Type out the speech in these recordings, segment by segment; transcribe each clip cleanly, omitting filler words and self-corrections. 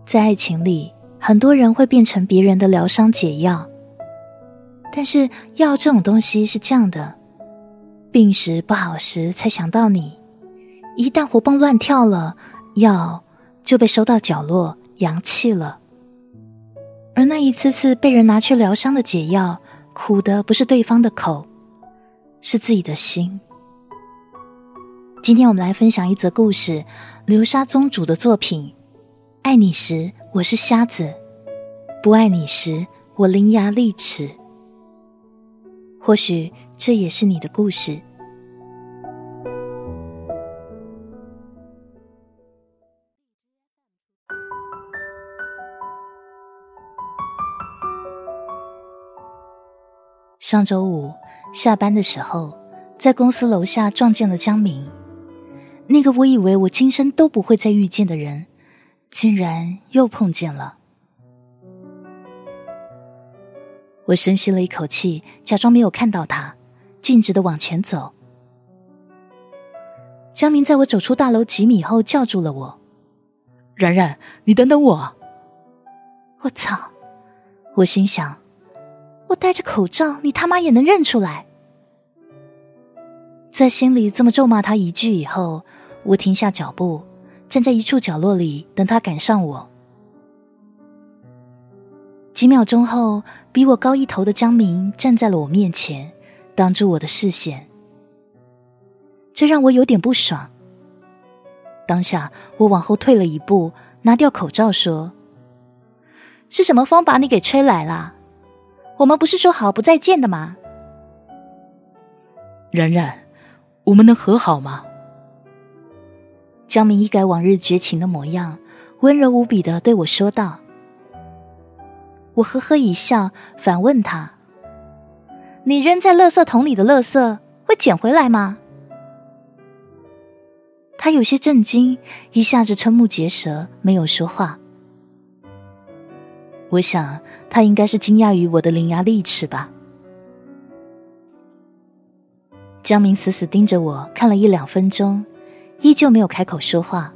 在爱情里，很多人会变成别人的疗伤解药，但是药这种东西是这样的，病时不好时才想到你，一旦活蹦乱跳了，药就被收到角落扬弃了。而那一次次被人拿去疗伤的解药，苦的不是对方的口，是自己的心。今天我们来分享一则故事，流沙宗主的作品。爱你时我是瞎子，不爱你时我伶牙俐齿。或许这也是你的故事。上周五下班的时候，在公司楼下撞见了江明，那个我以为我今生都不会再遇见的人，竟然又碰见了。我深吸了一口气，假装没有看到他，径直地往前走。江明在我走出大楼几米后叫住了我： 冉冉，你等等我。 我操！我心想，我戴着口罩，你他妈也能认出来？在心里这么咒骂他一句以后，我停下脚步，站在一处角落里等他赶上我。几秒钟后，比我高一头的江明站在了我面前，挡住我的视线。这让我有点不爽。当下我往后退了一步，拿掉口罩说：是什么风把你给吹来了？我们不是说好不再见的吗？ 冉冉，我们能和好吗？ 江明一改往日绝情的模样，温柔无比地对我说道。我呵呵一笑，反问他：你扔在垃圾桶里的垃圾会捡回来吗？他有些震惊，一下子瞠目结舌，没有说话。我想他应该是惊讶于我的伶牙俐齿吧。江明死死盯着我看了1-2分钟，依旧没有开口说话。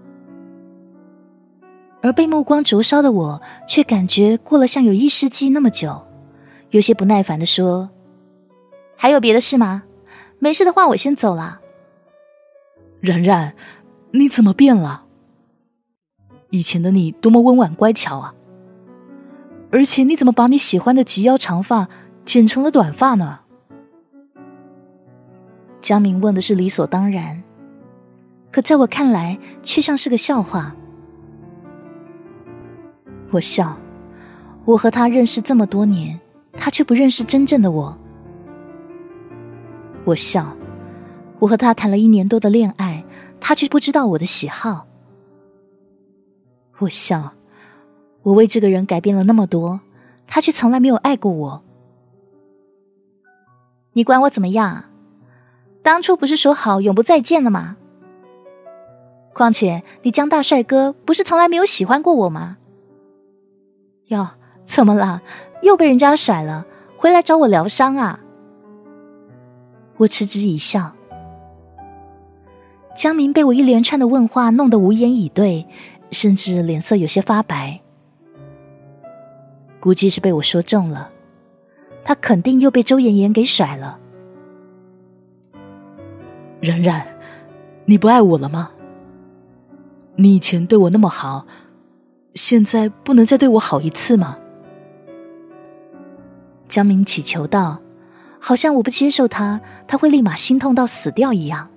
而被目光灼烧的我，却感觉过了像有1世纪那么久，有些不耐烦地说：还有别的事吗？没事的话我先走了。 冉冉，你怎么变了？以前的你多么温婉乖巧啊，而且你怎么把你喜欢的及腰长发剪成了短发呢？ 江明问的是理所当然，可在我看来却像是个笑话。我笑，我和他认识这么多年，他却不认识真正的我。我笑，我和他谈了1年多的恋爱，他却不知道我的喜好。我笑，我为这个人改变了那么多，他却从来没有爱过我。你管我怎么样？当初不是说好永不再见了吗？况且你江大帅哥不是从来没有喜欢过我吗？哟，怎么啦？又被人家甩了，回来找我疗伤啊？我嗤之以笑。江明被我一连串的问话弄得无言以对，甚至脸色有些发白。估计是被我说中了，他肯定又被周妍妍给甩了。 冉冉，你不爱我了吗？你以前对我那么好，现在不能再对我好一次吗？ 江明祈求道，好像我不接受他，他会立马心痛到死掉一样。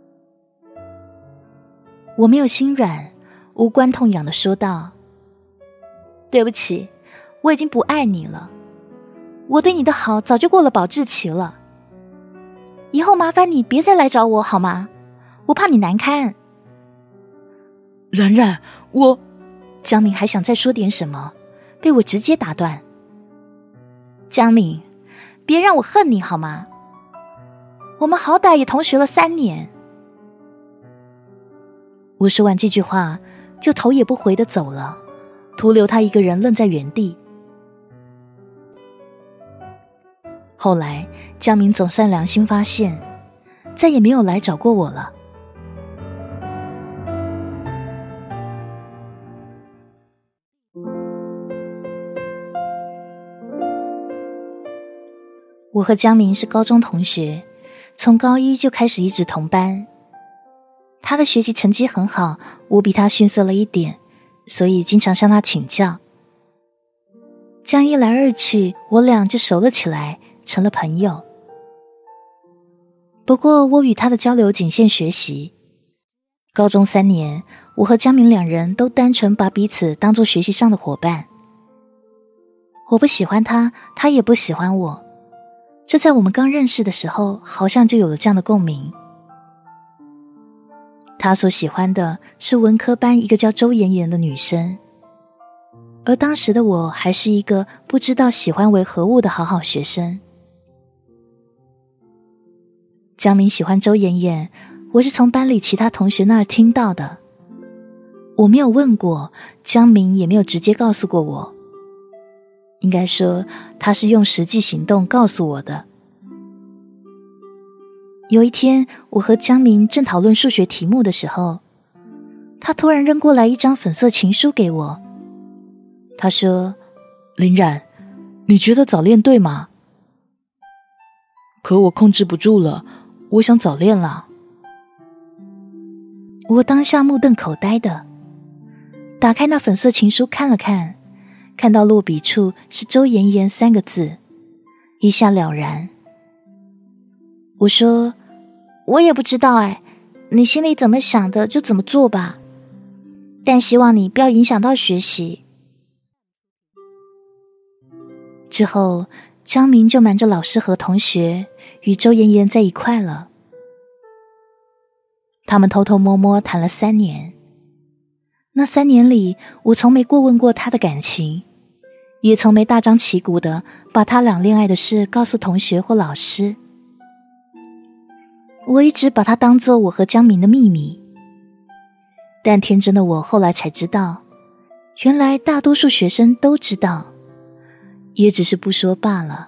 我没有心软，无关痛痒地说道：对不起，我已经不爱你了，我对你的好早就过了保质期了，以后麻烦你别再来找我好吗？我怕你难堪。 冉冉，我…… 江明还想再说点什么，被我直接打断。江明，别让我恨你好吗？我们好歹也同学了3年。我说完这句话，就头也不回地走了，徒留他一个人愣在原地。后来江明总算良心发现，再也没有来找过我了。 我和江明是高中同学，从高一就开始一直同班。他的学习成绩很好，我比他逊色了一点，所以经常向他请教。这样一来二去，我俩就熟了起来，成了朋友。不过我与他的交流仅限学习。高中3年，我和江明两人都单纯把彼此当作学习上的伙伴。我不喜欢他，他也不喜欢我。这在我们刚认识的时候，好像就有了这样的共鸣。他所喜欢的是文科班一个叫周妍妍的女生，而当时的我还是一个不知道喜欢为何物的好好学生。江明喜欢周妍妍，我是从班里其他同学那儿听到的。我没有问过，江明也没有直接告诉过我。应该说，他是用实际行动告诉我的。有一天，我和江明正讨论数学题目的时候，他突然扔过来一张粉色情书给我。他说：“ 林冉，你觉得早恋对吗？可我控制不住了，我想早恋了。” 我当下目瞪口呆的，打开那粉色情书看了看，看到落笔处是周妍妍3个字，一下了然。我说：“我也不知道你心里怎么想的就怎么做吧，但希望你不要影响到学习。”之后，江明就瞒着老师和同学与周妍妍在一块了。他们偷偷摸摸谈了3年。那3年里，我从没过问过他的感情，也从没大张旗鼓的把他俩恋爱的事告诉同学或老师。我一直把它当作我和江明的秘密。但天真的我后来才知道，原来大多数学生都知道，也只是不说罢了。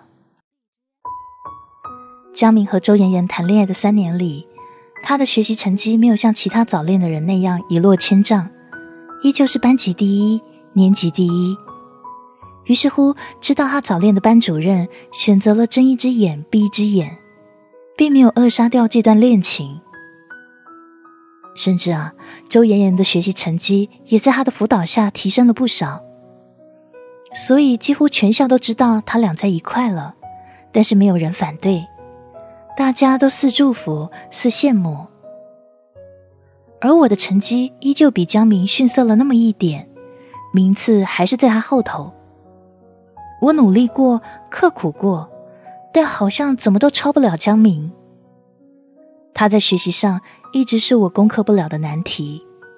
江明和周妍妍谈恋爱的3年里，他的学习成绩没有像其他早恋的人那样一落千丈，依旧是班级第一，年级第一。于是乎，知道他早恋的班主任选择了睁一只眼闭一只眼，并没有扼杀掉这段恋情。甚至周妍妍的学习成绩也在他的辅导下提升了不少，所以几乎全校都知道他俩在一块了，但是没有人反对，大家都似祝福似羡慕。而我的成绩依旧比江明逊色了那么一点，名次还是在他后头。我努力过，刻苦过，但好像怎么都超不了江明。他在学习上一直是我攻克不了的难题。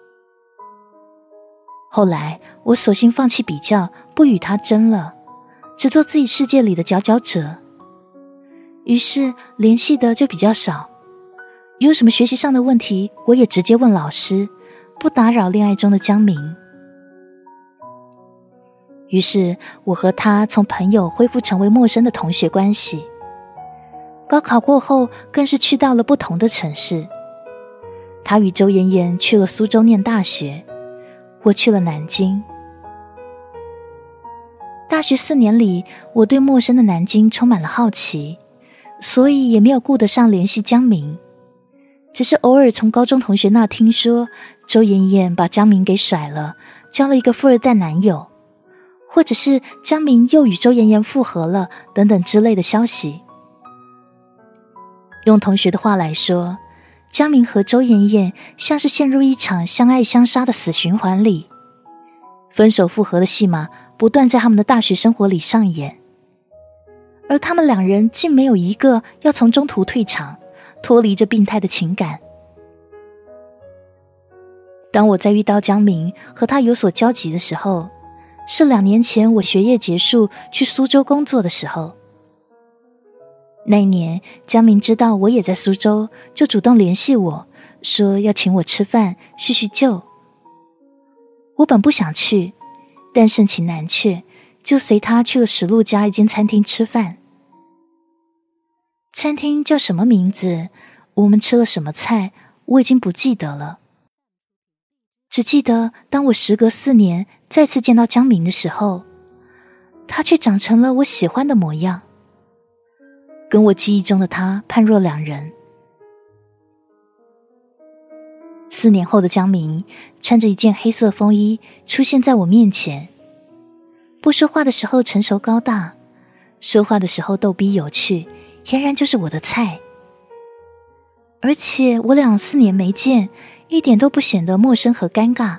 后来我索性放弃比较，不与他争了，只做自己世界里的佼佼者。于是联系的就比较少，有什么学习上的问题，我也直接问老师，不打扰恋爱中的江明。于是我和他从朋友恢复成为陌生的同学关系。高考过后，更是去到了不同的城市。他与周妍妍去了苏州念大学，我去了南京。大学4年里，我对陌生的南京充满了好奇，所以也没有顾得上联系江明，只是偶尔从高中同学那听说周妍妍把江明给甩了，交了一个富二代男友，或者是江明又与周妍妍复合了等等之类的消息。用同学的话来说，江明和周妍妍像是陷入一场相爱相杀的死循环里，分手复合的戏码不断在他们的大学生活里上演，而他们两人竟没有一个要从中途退场，脱离这病态的情感。当我在遇到江明和他有所交集的时候，是2年前我学业结束去苏州工作的时候。那一年，江明知道我也在苏州，就主动联系我，说要请我吃饭叙叙旧。我本不想去，但盛情难却，就随他去了石路家一间餐厅吃饭。餐厅叫什么名字，我们吃了什么菜，我已经不记得了。只记得当我时隔4年再次见到江明的时候，他却长成了我喜欢的模样。 跟我记忆中的他判若两人。4年后的江明穿着一件黑色风衣出现在我面前，不说话的时候成熟高大，说话的时候逗逼有趣，俨然就是我的菜。而且我俩4年没见，一点都不显得陌生和尴尬。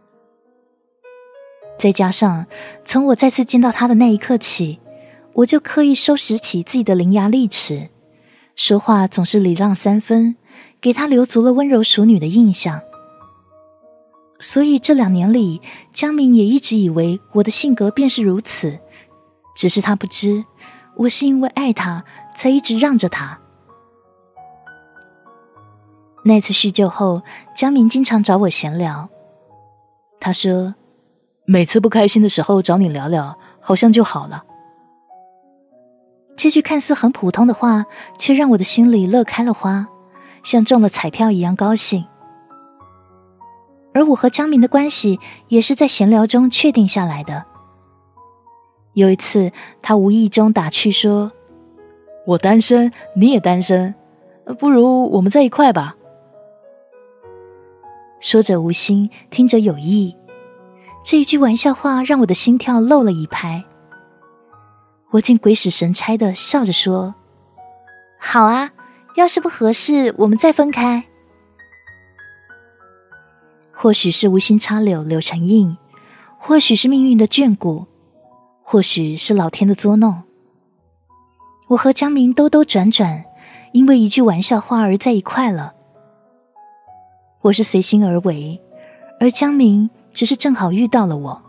再加上从我再次见到他的那一刻起，我就刻意收拾起自己的伶牙俐齿，说话总是礼让3分，给他留足了温柔淑女的印象。所以这2年里，江明也一直以为我的性格便是如此，只是他不知，我是因为爱他，才一直让着他。那次叙旧后，江明经常找我闲聊。他说， 每次不开心的时候找你聊聊，好像就好了。 这句看似很普通的话，却让我的心里乐开了花，像中了彩票一样高兴。而我和江明的关系也是在闲聊中确定下来的。有一次，他无意中打趣说， 我单身，你也单身，不如我们在一块吧。 说者无心，听者有意，这一句玩笑话让我的心跳漏了一拍。我竟鬼使神差地笑着说，好啊，要是不合适，我们再分开。或许是无心插柳柳成荫，或许是命运的眷顾，或许是老天的作弄。我和江明兜兜转转，因为一句玩笑话而在一块了。我是随心而为，而江明只是正好遇到了我。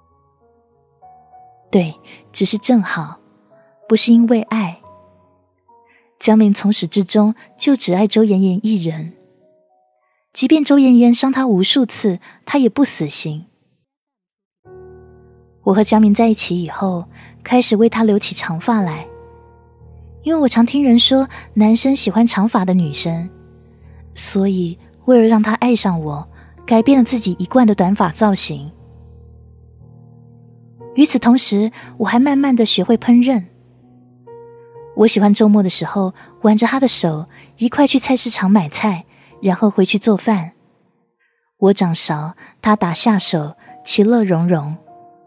对，只是正好，不是因为爱。江明从始至终就只爱周妍妍一人，即便周妍妍伤他无数次，他也不死心。我和江明在一起以后，开始为他留起长发来，因为我常听人说男生喜欢长发的女生，所以为了让他爱上我，改变了自己一贯的短发造型。与此同时，我还慢慢地学会烹饪。我喜欢周末的时候挽着他的手，一块去菜市场买菜，然后回去做饭。我掌勺，他打下手，其乐融融。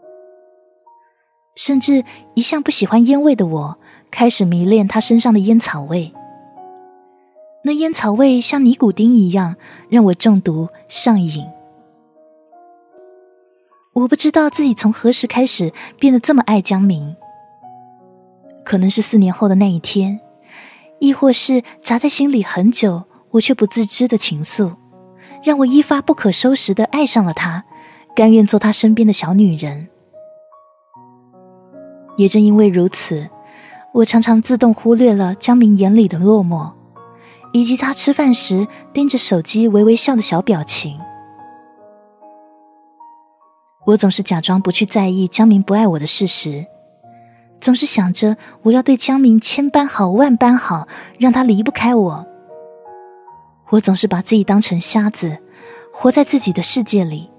甚至一向不喜欢烟味的我，开始迷恋他身上的烟草味。那烟草味像尼古丁一样，让我中毒上瘾。我不知道自己从何时开始变得这么爱江明，可能是4年后的那一天，亦或是扎在心里很久我却不自知的情愫，让我一发不可收拾地爱上了他，甘愿做他身边的小女人。也正因为如此，我常常自动忽略了江明眼里的落寞，以及他吃饭时盯着手机微微笑的小表情。我总是假装不去在意江明不爱我的事实，总是想着我要对江明千般好万般好，让他离不开我。我总是把自己当成瞎子，活在自己的世界里。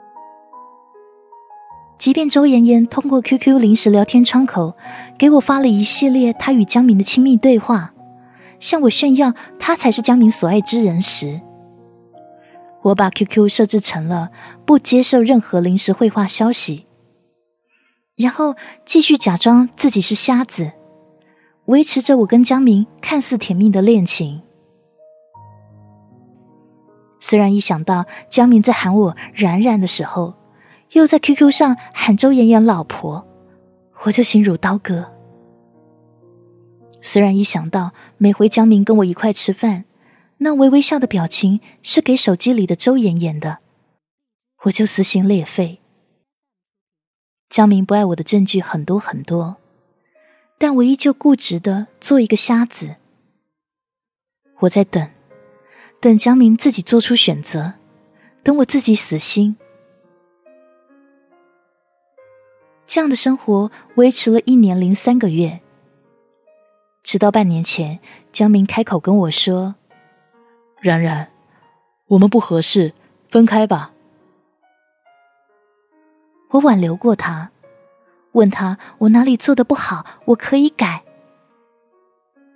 即便周妍妍通过 QQ 临时聊天窗口给我发了一系列她与江明的亲密对话，向我炫耀他才是江明所爱之人时，我把 QQ 设置成了不接受任何临时会话消息，然后继续假装自己是瞎子，维持着我跟江明看似甜蜜的恋情。虽然一想到江明在喊我冉冉的时候，又在 QQ 上喊周妍妍老婆，我就心如刀割。虽然一想到每回江明跟我一块吃饭，那微微笑的表情是给手机里的周妍妍的，我就撕心裂肺。江明不爱我的证据很多很多，但我依旧固执地做一个瞎子。我在等江明自己做出选择，等我自己死心。这样的生活维持了1年03个月，直到半年前，江明开口跟我说， 冉冉，我们不合适，分开吧。 我挽留过他，问他我哪里做得不好，我可以改。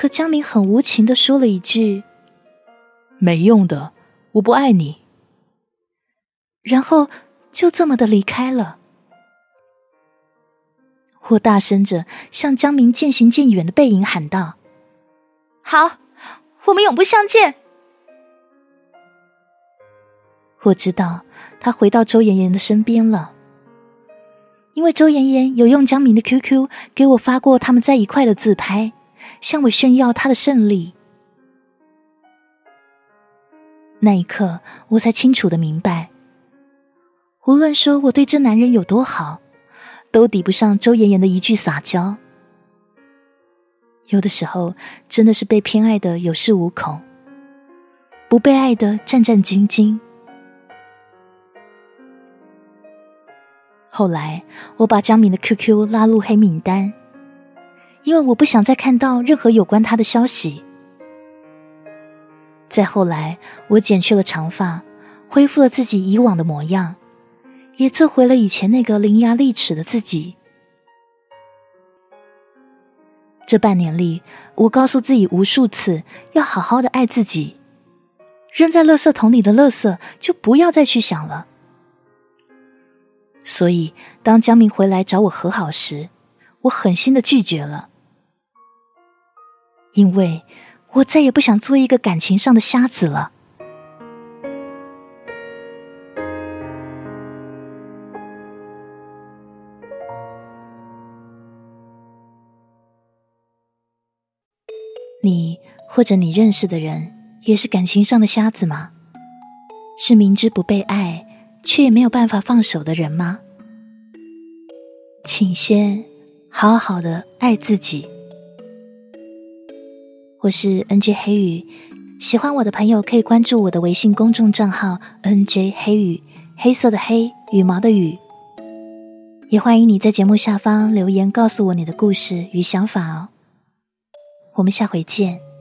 可江明很无情地说了一句： 没用的，我不爱你。 然后就这么的离开了。我大声着向江明渐行渐远的背影喊道：好，我们永不相见。我知道他回到周妍妍的身边了，因为周妍妍有用江明的 QQ 给我发过他们在一块的自拍，向我炫耀他的胜利。那一刻我才清楚地明白，无论说我对这男人有多好，都抵不上周妍妍的一句撒娇。有的时候真的是被偏爱的有恃无恐，不被爱的战战兢兢。后来我把江明的 QQ 拉入黑名单，因为我不想再看到任何有关他的消息。再后来我剪去了长发，恢复了自己以往的模样，也做回了以前那个伶牙俐齿的自己。这半年里，我告诉自己无数次要好好的爱自己，扔在垃圾桶里的垃圾就不要再去想了。所以当江明回来找我和好时，我狠心的拒绝了，因为我再也不想做一个感情上的瞎子了。你或者你认识的人也是感情上的瞎子吗？是明知不被爱却也没有办法放手的人吗？请先好好的爱自己。我是 NJ 黑羽，喜欢我的朋友可以关注我的微信公众账号 NJ 黑羽，黑色的黑，羽毛的羽。也欢迎你在节目下方留言告诉我你的故事与想法哦。我们下回见。